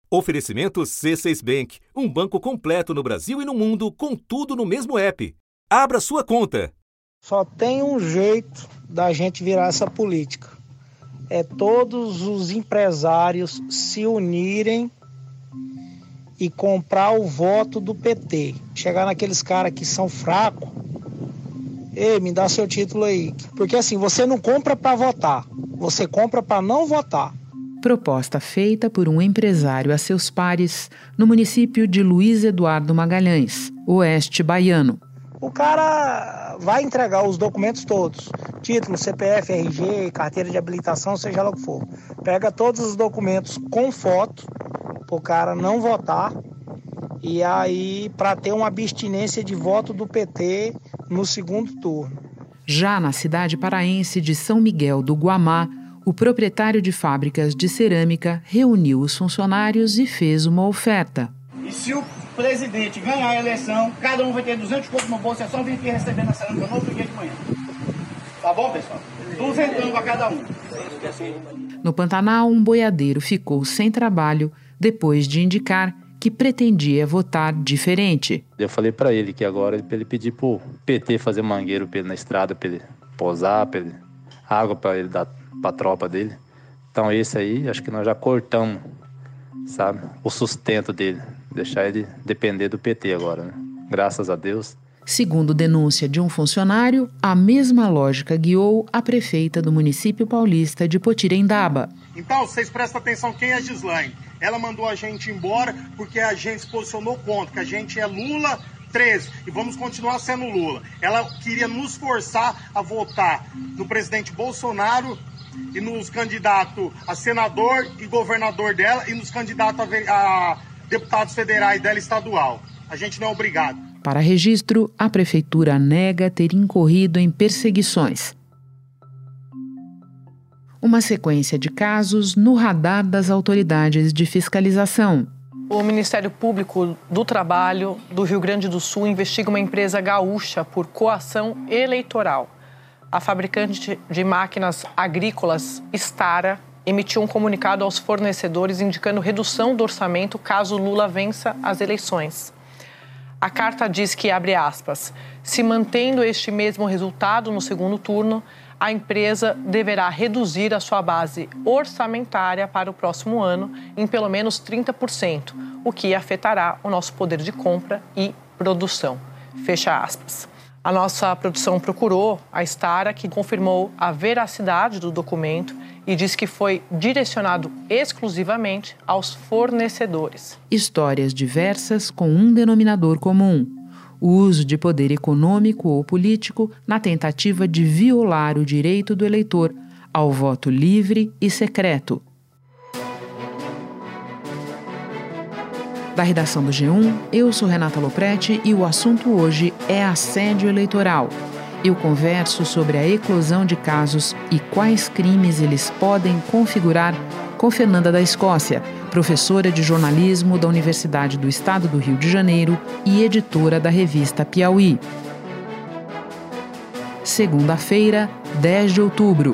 Oferecimento C6 Bank, um banco completo no Brasil e no mundo, com tudo no mesmo app. Abra sua conta. Só tem um jeito da gente virar essa política. É todos os empresários se unirem e comprar o voto do PT. Chegar naqueles caras que são fracos. Ei, me dá seu título aí. Porque assim, você não compra para votar, você compra para não votar. Proposta feita por um empresário a seus pares no município de Luiz Eduardo Magalhães, oeste baiano. O cara vai entregar os documentos todos, título, CPF, RG, carteira de habilitação, seja lá o que for. Pega todos os documentos com foto, para o cara não votar, e aí para ter uma abstinência de voto do PT no segundo turno. Já na cidade paraense de São Miguel do Guamá, o proprietário de fábricas de cerâmica reuniu os funcionários e fez uma oferta. E se o presidente ganhar a eleição, cada um vai ter 200 contos no bolso, é só vir aqui receber na cerâmica no outro dia de manhã. Tá bom, pessoal? 200 para cada um. No Pantanal, um boiadeiro ficou sem trabalho depois de indicar que pretendia votar diferente. Eu falei para ele que agora ele pedir pro PT fazer mangueiro para ele na estrada, para ele posar, para ele água para ele dar para a tropa dele. Então esse aí, acho que nós já cortamos, sabe, o sustento dele, deixar ele depender do PT agora, né? Graças a Deus. Segundo denúncia de um funcionário, a mesma lógica guiou a prefeita do município paulista de Potirendaba. Então, vocês prestam atenção quem é a Gislaine. Ela mandou a gente embora porque a gente se posicionou contra, que a gente é Lula 13 e vamos continuar sendo Lula. Ela queria nos forçar a votar no presidente Bolsonaro e nos candidatos a senador e governador dela e nos candidatos a deputados federais dela estadual. A gente não é obrigado. Para registro, a prefeitura nega ter incorrido em perseguições. Uma sequência de casos no radar das autoridades de fiscalização. O Ministério Público do Trabalho do Rio Grande do Sul investiga uma empresa gaúcha por coação eleitoral. A fabricante de máquinas agrícolas, Stara, emitiu um comunicado aos fornecedores indicando redução do orçamento caso Lula vença as eleições. A carta diz que, abre aspas, se mantendo este mesmo resultado no segundo turno, a empresa deverá reduzir a sua base orçamentária para o próximo ano em pelo menos 30%, o que afetará o nosso poder de compra e produção. Fecha aspas. A nossa produção procurou a Stara, que confirmou a veracidade do documento e diz que foi direcionado exclusivamente aos fornecedores. Histórias diversas com um denominador comum: o uso de poder econômico ou político na tentativa de violar o direito do eleitor ao voto livre e secreto. Da redação do G1, eu sou Renata Lopretti e o assunto hoje é assédio eleitoral. Eu converso sobre a eclosão de casos e quais crimes eles podem configurar com Fernanda da Escócia, professora de jornalismo da Universidade do Estado do Rio de Janeiro e editora da revista Piauí. Segunda-feira, 10 de outubro.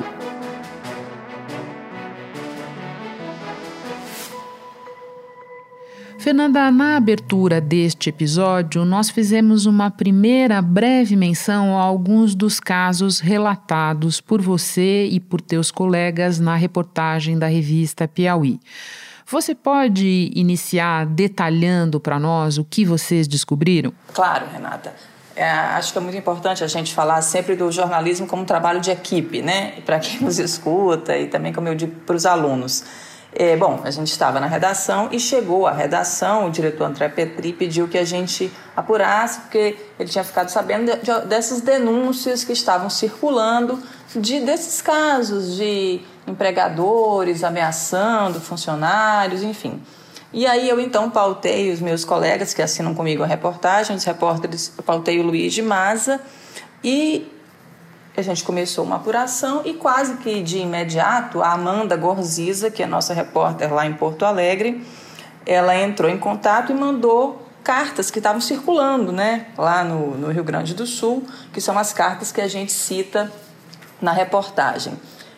Fernanda, na abertura deste episódio, nós fizemos uma primeira breve menção a alguns dos casos relatados por você e por teus colegas na reportagem da revista Piauí. Você pode iniciar detalhando para nós o que vocês descobriram? Claro, Renata. Acho que é muito importante a gente falar sempre do jornalismo como um trabalho de equipe, né? Para quem nos escuta e também, como eu digo, para os alunos. Bom, a gente estava na redação e chegou à redação, o diretor André Petri pediu que a gente apurasse, porque ele tinha ficado sabendo dessas denúncias que estavam circulando, desses casos de empregadores ameaçando funcionários, enfim. E aí eu então pautei os meus colegas que assinam comigo a reportagem, os repórteres, eu pautei o Luiz de Maza e a gente começou uma apuração e quase que de imediato a Amanda Gorziza, que é nossa repórter lá em Porto Alegre, ela entrou em contato e mandou cartas que estavam circulando, né, lá no Rio Grande do Sul, que são as cartas que a gente cita na reportagem.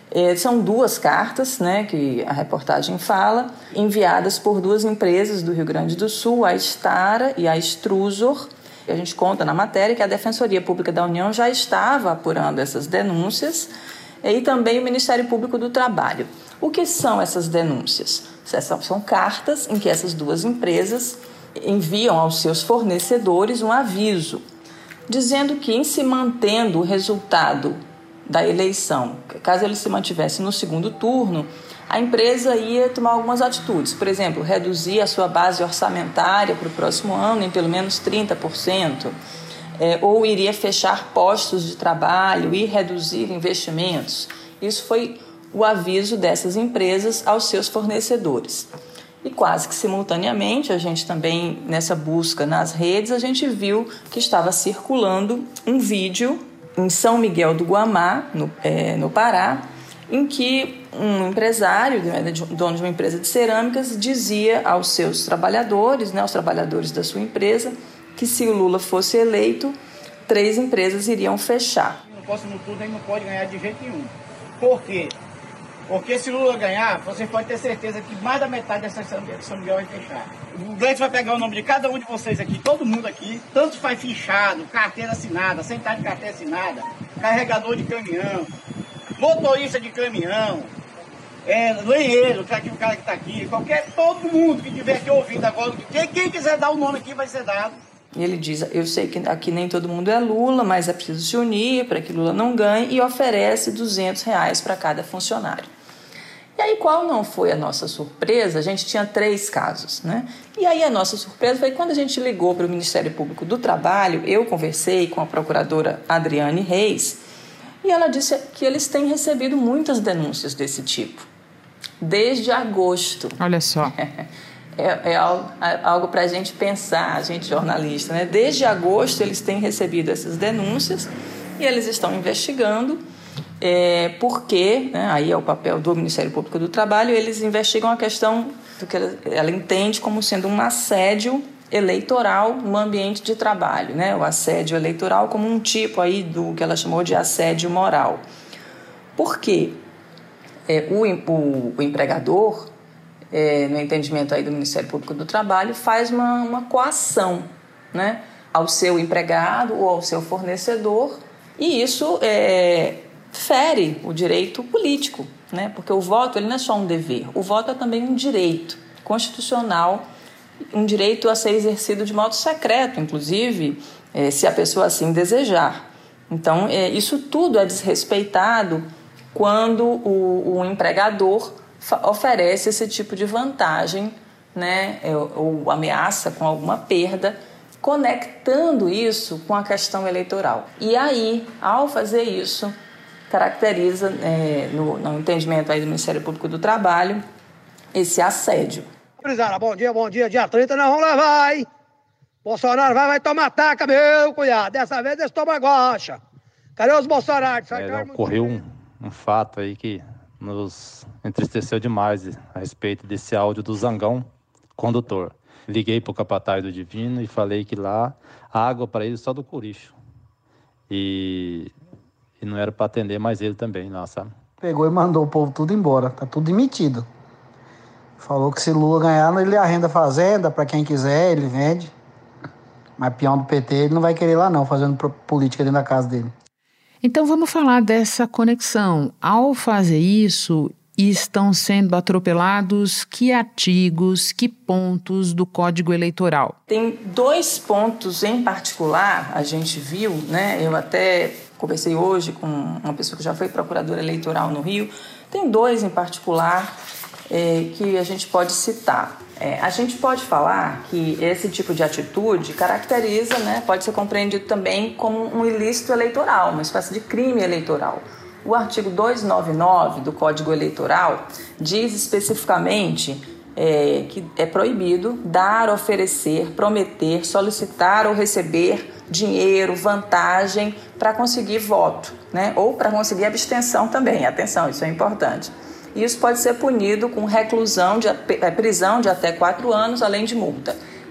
São 2 cartas, né, que a reportagem fala, enviadas por 2 empresas do Rio Grande do Sul, a Stara e a Extrusor. A gente conta na matéria que a Defensoria Pública da União já estava apurando essas denúncias e também o Ministério Público do Trabalho. O que são essas denúncias? São cartas em que essas 2 empresas enviam aos seus fornecedores um aviso, dizendo que, em se mantendo o resultado da eleição, caso ele se mantivesse no segundo turno, a empresa ia tomar algumas atitudes. Por exemplo, reduzir a sua base orçamentária para o próximo ano em pelo menos 30%, ou iria fechar postos de trabalho e reduzir investimentos. Isso foi o aviso dessas empresas aos seus fornecedores. E quase que simultaneamente, a gente também, nessa busca nas redes, a gente viu que estava circulando um vídeo em São Miguel do Guamá, no Pará, em que um empresário, dono de uma empresa de cerâmicas, dizia aos seus trabalhadores, né, aos trabalhadores da sua empresa, que se o Lula fosse eleito, 3 empresas iriam fechar. No próximo turno ele não pode ganhar de jeito nenhum. Por quê? Porque se Lula ganhar, você pode ter certeza que mais da metade dessa São Miguel vai fechar. O Gleice vai pegar o nome de cada um de vocês aqui, todo mundo aqui, tanto faz fichado, carteira assinada, sem estar de carteira assinada, carregador de caminhão, motorista de caminhão, lenheiro, que é aqui, o cara que está aqui, todo mundo que estiver aqui ouvindo agora, quem quiser dar o nome aqui vai ser dado. E ele diz, eu sei que aqui nem todo mundo é Lula, mas é preciso se unir para que Lula não ganhe, e oferece R$200 para cada funcionário. E aí, qual não foi a nossa surpresa? A gente tinha 3 casos, né? E aí a nossa surpresa foi quando a gente ligou para o Ministério Público do Trabalho, eu conversei com a procuradora Adriane Reis, e ela disse que eles têm recebido muitas denúncias desse tipo, desde agosto. Olha só. É algo para a gente pensar, a gente jornalista, né? Desde agosto eles têm recebido essas denúncias e eles estão investigando, porque, né, aí é o papel do Ministério Público do Trabalho, eles investigam a questão do que ela entende como sendo um assédio eleitoral no ambiente de trabalho, né? O assédio eleitoral como um tipo aí do que ela chamou de assédio moral. Por quê? O empregador, no entendimento aí do Ministério Público do Trabalho, faz uma coação, né, ao seu empregado ou ao seu fornecedor, e isso fere o direito político, né, porque o voto ele não é só um dever, o voto é também um direito constitucional, um direito a ser exercido de modo secreto, inclusive, se a pessoa assim desejar. Então, isso tudo é desrespeitado quando o empregador oferece esse tipo de vantagem, né, ou ameaça com alguma perda, conectando isso com a questão eleitoral. E aí, ao fazer isso, caracteriza, no entendimento aí do Ministério Público do Trabalho, esse assédio. Prisara, bom dia, dia 30 nós vamos levar, hein? Bolsonaro vai tomar taca, meu cunhado, dessa vez eles tomam gocha. Cadê os bolsonaros? Ocorreu um fato aí que nos entristeceu demais a respeito desse áudio do Zangão condutor. Liguei pro capataz do Divino e falei que lá a água para ele só do Curicho. E não era para atender mais ele também, não, sabe? Pegou e mandou o povo tudo embora, tá tudo demitido. Falou que se Lula ganhar, ele arrenda a fazenda, para quem quiser, ele vende. Mas peão do PT, ele não vai querer lá não, fazendo política dentro da casa dele. Então vamos falar dessa conexão. Ao fazer isso, estão sendo atropelados que artigos, que pontos do Código Eleitoral? Tem 2 pontos em particular, a gente viu, né? Eu até conversei hoje com uma pessoa que já foi procuradora eleitoral no Rio. Tem 2 em particular que a gente pode citar. A gente pode falar que esse tipo de atitude caracteriza, né, pode ser compreendido também como um ilícito eleitoral, uma espécie de crime eleitoral. O artigo 299 do Código Eleitoral diz especificamente que é proibido dar, oferecer, prometer, solicitar ou receber dinheiro, vantagem para conseguir voto, né, ou para conseguir abstenção também. Atenção, isso é importante. Isso pode ser punido com reclusão, prisão de até 4 anos, além de multa.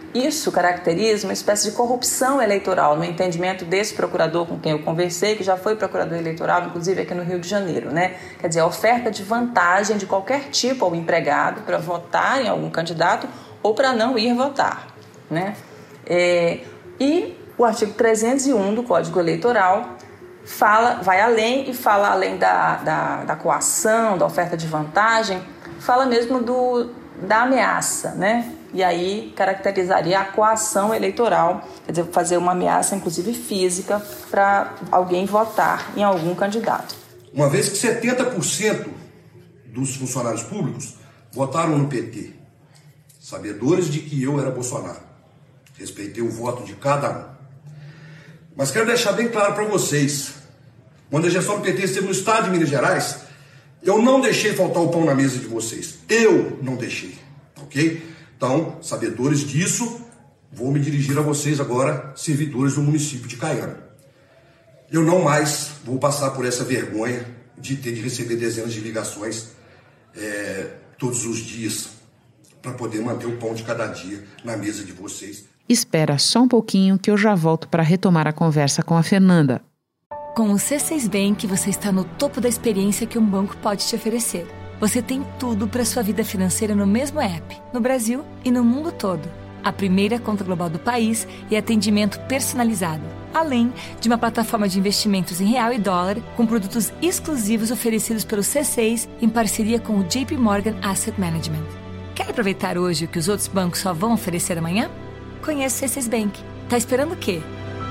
Isso caracteriza uma espécie de corrupção eleitoral, no entendimento desse procurador com quem eu conversei, que já foi procurador eleitoral, inclusive aqui no Rio de Janeiro, né? Quer dizer, a oferta de vantagem de qualquer tipo ao empregado para votar em algum candidato ou para não ir votar, né? E o artigo 301 do Código Eleitoral vai além e fala além da coação, da oferta de vantagem, fala mesmo da ameaça, né? E aí caracterizaria a coação eleitoral, quer dizer, fazer uma ameaça, inclusive física, para alguém votar em algum candidato. Uma vez que 70% dos funcionários públicos votaram no PT, sabedores de que eu era Bolsonaro, respeitei o voto de cada um. Mas quero deixar bem claro para vocês, quando a gestão do PT esteve no estado de Minas Gerais, eu não deixei faltar o pão na mesa de vocês. Eu não deixei, ok? Então, sabedores disso, vou me dirigir a vocês agora, servidores do município de Caiana. Eu não mais vou passar por essa vergonha de ter de receber dezenas de ligações todos os dias para poder manter o pão de cada dia na mesa de vocês. Espera só um pouquinho que eu já volto para retomar a conversa com a Fernanda. Com o C6 Bank, você está no topo da experiência que um banco pode te oferecer. Você tem tudo para sua vida financeira no mesmo app, no Brasil e no mundo todo. A primeira conta global do país e atendimento personalizado. Além de uma plataforma de investimentos em real e dólar, com produtos exclusivos oferecidos pelo C6 em parceria com o JP Morgan Asset Management. Quer aproveitar hoje o que os outros bancos só vão oferecer amanhã? Conheça o C6 Bank. Tá esperando o quê?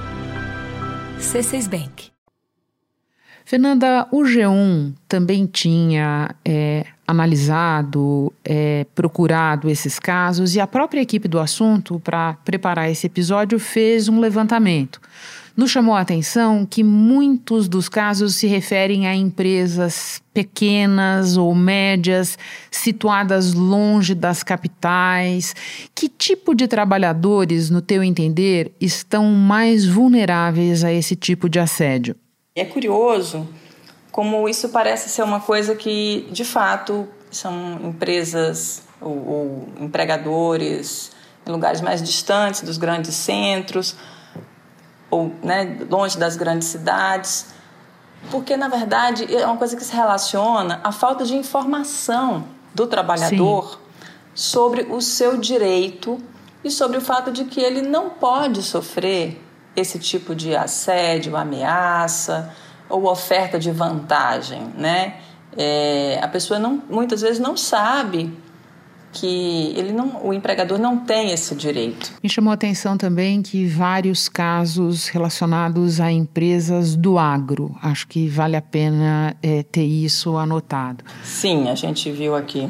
C6 Bank. Fernanda, o G1 também tinha analisado, procurado esses casos, e a própria equipe do assunto, para preparar esse episódio, fez um levantamento. Nos chamou a atenção que muitos dos casos se referem a empresas pequenas ou médias, situadas longe das capitais. Que tipo de trabalhadores, no teu entender, estão mais vulneráveis a esse tipo de assédio? É curioso como isso parece ser uma coisa que, de fato, são empresas ou empregadores em lugares mais distantes dos grandes centros ou, né, longe das grandes cidades, porque, na verdade, é uma coisa que se relaciona à falta de informação do trabalhador Sim. sobre o seu direito e sobre o fato de que ele não pode sofrer esse tipo de assédio, ameaça ou oferta de vantagem, né? A pessoa muitas vezes não sabe que o empregador não tem esse direito. Me chamou a atenção também que vários casos relacionados a empresas do agro. Acho que vale a pena ter isso anotado. Sim, a gente viu aqui.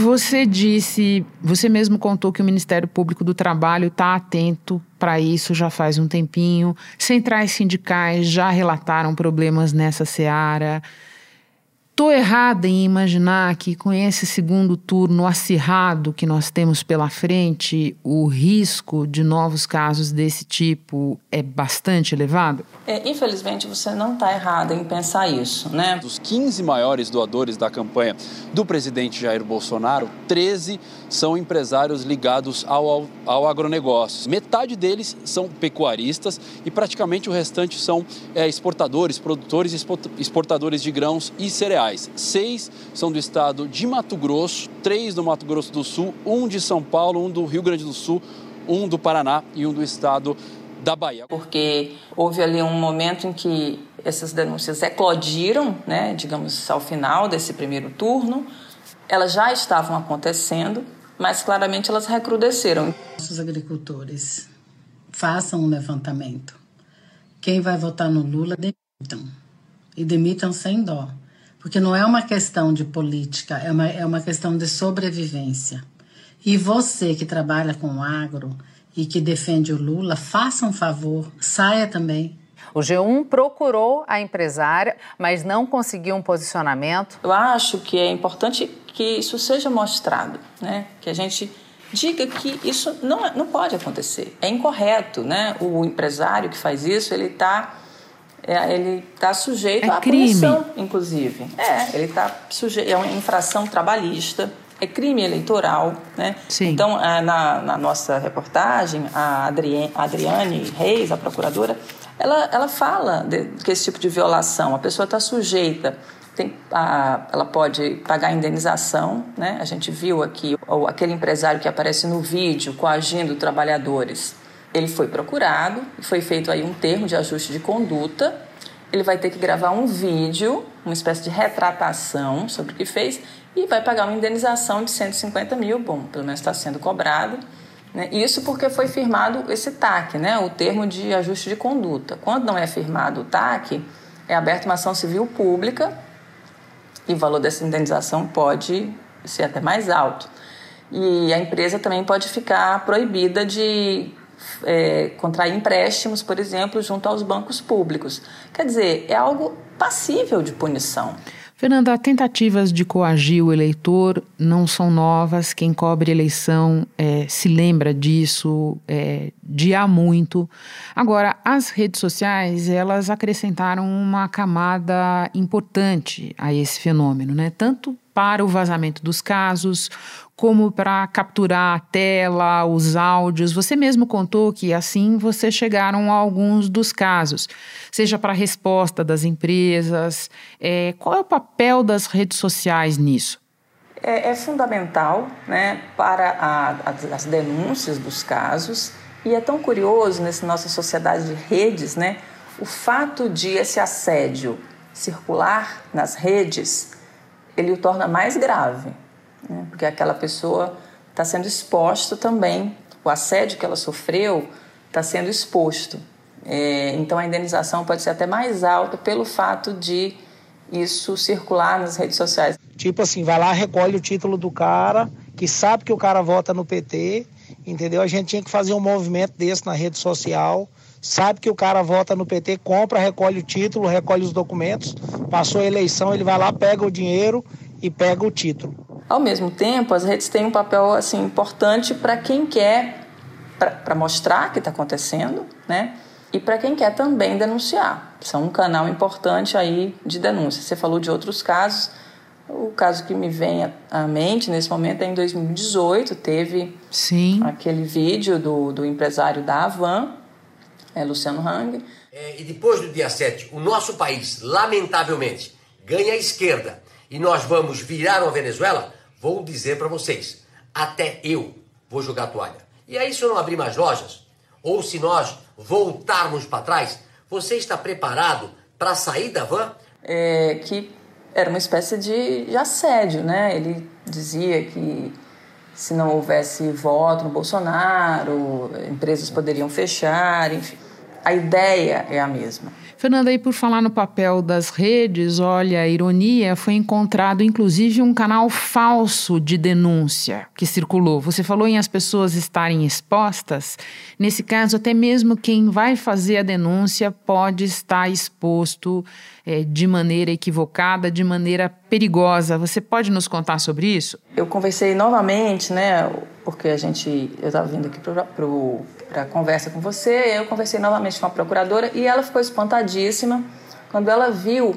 Você mesmo contou que o Ministério Público do Trabalho está atento para isso já faz um tempinho. Centrais sindicais já relataram problemas nessa seara. Estou errada em imaginar que com esse segundo turno acirrado que nós temos pela frente, o risco de novos casos desse tipo é bastante elevado? Infelizmente, você não está errada em pensar isso, né? Dos 15 maiores doadores da campanha do presidente Jair Bolsonaro, 13 são empresários ligados ao agronegócio. Metade deles são pecuaristas e praticamente o restante são exportadores, produtores e exportadores de grãos e cereais. 6 são do estado de Mato Grosso, 3 do Mato Grosso do Sul, 1 de São Paulo, 1 do Rio Grande do Sul, 1 do Paraná e 1 do estado da Bahia. Porque houve ali um momento em que essas denúncias eclodiram, né, digamos, ao final desse primeiro turno. Elas já estavam acontecendo, mas claramente elas recrudesceram. Os agricultores façam um levantamento. Quem vai votar no Lula, demitam. E demitam sem dó. Porque não é uma questão de política, é uma questão de sobrevivência. E você que trabalha com o agro e que defende o Lula, faça um favor, saia também. O G1 procurou a empresária, mas não conseguiu um posicionamento. Eu acho que é importante que isso seja mostrado, né? Que a gente diga que isso não pode acontecer. É incorreto, né? O empresário que faz isso, ele está sujeito à punição, inclusive. Ele está sujeito, é uma infração trabalhista, é crime eleitoral, né? Sim. Então, na nossa reportagem, a Adriane Reis, a procuradora, ela fala que esse tipo de violação, a pessoa está sujeita, ela pode pagar indenização, né? A gente viu aqui aquele empresário que aparece no vídeo coagindo trabalhadores. Ele foi procurado, foi feito aí um termo de ajuste de conduta. Ele vai ter que gravar um vídeo, uma espécie de retratação sobre o que fez e vai pagar uma indenização de 150 mil, bom, pelo menos está sendo cobrado, né? Isso porque foi firmado esse TAC, né? O termo de ajuste de conduta. Quando não é firmado o TAC, é aberta uma ação civil pública e o valor dessa indenização pode ser até mais alto. E a empresa também pode ficar proibida de contrair empréstimos, por exemplo, junto aos bancos públicos. Quer dizer, é algo passível de punição. Fernanda, tentativas de coagir o eleitor não são novas. Quem cobre eleição se lembra disso de há muito. Agora, as redes sociais, elas acrescentaram uma camada importante a esse fenômeno, né? Tanto para o vazamento dos casos, como para capturar a tela, os áudios. Você mesmo contou que assim vocês chegaram a alguns dos casos, seja para a resposta das empresas. Qual é o papel das redes sociais nisso? É fundamental, né, para as denúncias dos casos, e é tão curioso nessa nossa sociedade de redes, né, o fato de esse assédio circular nas redes, ele o torna mais grave, né, porque aquela pessoa está sendo exposta também, o assédio que ela sofreu está sendo exposto. Então a indenização pode ser até mais alta pelo fato de isso circular nas redes sociais. Tipo assim, vai lá, recolhe o título do cara, que sabe que o cara vota no PT, entendeu? A gente tinha que fazer um movimento desse na rede social, sabe que o cara vota no PT, compra, recolhe o título, recolhe os documentos, passou a eleição, ele vai lá, pega o dinheiro e pega o título. Ao mesmo tempo, as redes têm um papel assim, importante para quem quer, para mostrar o que está acontecendo, né? E para quem quer também denunciar. São um canal importante aí de denúncia. Você falou de outros casos. O caso que me vem à mente nesse momento é em 2018, teve aquele vídeo do empresário da Havan, Luciano Hang. E depois do dia 7, o nosso país, lamentavelmente, ganha a esquerda e nós vamos virar uma Venezuela, vou dizer para vocês, até eu vou jogar a toalha. E aí, se eu não abrir mais lojas, ou se nós voltarmos para trás, você está preparado para sair da van? Que era uma espécie de assédio, né? Ele dizia que se não houvesse voto no Bolsonaro, empresas poderiam fechar, enfim. A ideia é a mesma. Fernanda, e por falar no papel das redes, olha, a ironia, foi encontrado inclusive um canal falso de denúncia que circulou. Você falou em as pessoas estarem expostas. Nesse caso, até mesmo quem vai fazer a denúncia pode estar exposto de maneira equivocada, de maneira perigosa. Você pode nos contar sobre isso? Eu conversei novamente, né, porque eu estava vindo aqui para a conversa com você, eu conversei novamente com a procuradora e ela ficou espantadíssima quando ela viu,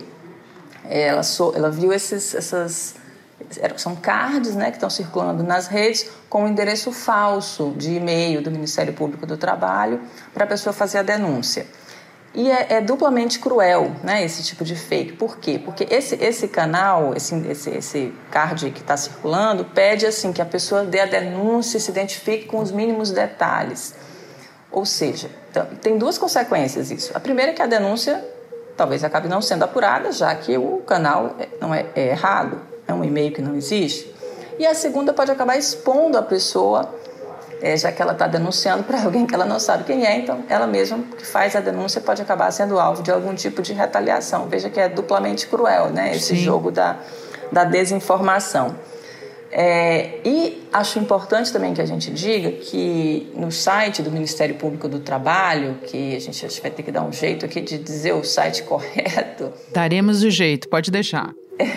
são cards, né, que estão circulando nas redes com o endereço falso de e-mail do Ministério Público do Trabalho para a pessoa fazer a denúncia. E é duplamente cruel, né, esse tipo de fake. Por quê? Porque esse canal, esse card que está circulando, pede assim, que a pessoa dê a denúncia e se identifique com os mínimos detalhes. Ou seja, tem duas consequências isso. A primeira é que a denúncia talvez acabe não sendo apurada, já que o canal não é errado, é um e-mail que não existe. E a segunda pode acabar expondo a pessoa, já que ela está denunciando para alguém que ela não sabe quem é, então ela mesma que faz a denúncia pode acabar sendo alvo de algum tipo de retaliação. Veja que é duplamente cruel, né, esse jogo da desinformação. E acho importante também que a gente diga que no site do Ministério Público do Trabalho, que a gente vai ter que dar um jeito aqui de dizer o site correto. Daremos o jeito, pode deixar.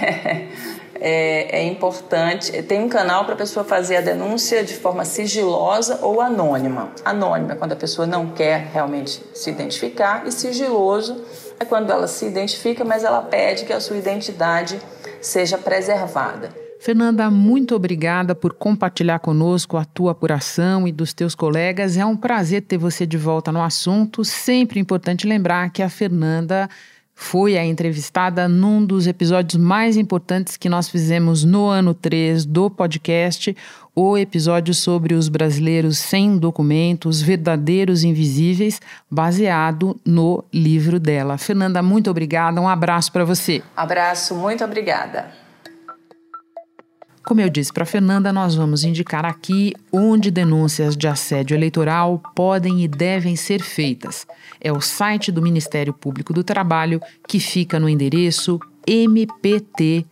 É importante, tem um canal para a pessoa fazer a denúncia de forma sigilosa ou anônima. Anônima é quando a pessoa não quer realmente se identificar, e sigiloso é quando ela se identifica, mas ela pede que a sua identidade seja preservada. Fernanda, muito obrigada por compartilhar conosco a tua apuração e dos teus colegas. É um prazer ter você de volta no assunto. Sempre importante lembrar que a Fernanda foi a entrevistada num dos episódios mais importantes que nós fizemos no ano 3 do podcast, o episódio sobre os brasileiros sem documentos, verdadeiros invisíveis, baseado no livro dela. Fernanda, muito obrigada, um abraço para você. Abraço, muito obrigada. Como eu disse para a Fernanda, nós vamos indicar aqui onde denúncias de assédio eleitoral podem e devem ser feitas. É o site do Ministério Público do Trabalho, que fica no endereço mpt.mp.br,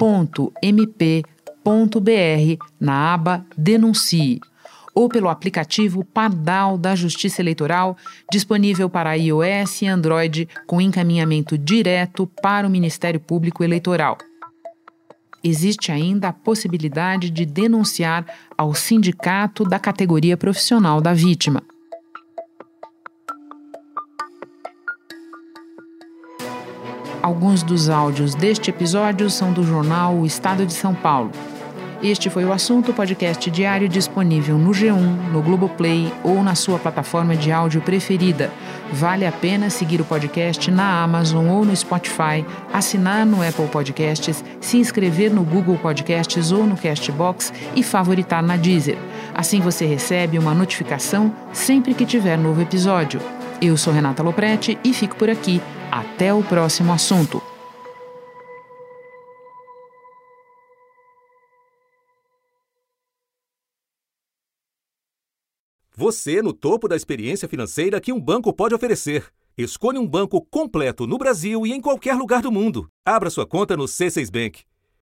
na aba Denuncie, ou pelo aplicativo Pardal da Justiça Eleitoral, disponível para iOS e Android, com encaminhamento direto para o Ministério Público Eleitoral. Existe ainda a possibilidade de denunciar ao sindicato da categoria profissional da vítima. Alguns dos áudios deste episódio são do jornal O Estado de São Paulo. Este foi o assunto, podcast diário disponível no G1, no Globoplay ou na sua plataforma de áudio preferida. Vale a pena seguir o podcast na Amazon ou no Spotify, assinar no Apple Podcasts, se inscrever no Google Podcasts ou no Castbox e favoritar na Deezer. Assim você recebe uma notificação sempre que tiver novo episódio. Eu sou Renata Loprete e fico por aqui. Até o próximo assunto. Você no topo da experiência financeira que um banco pode oferecer. Escolha um banco completo no Brasil e em qualquer lugar do mundo. Abra sua conta no C6 Bank.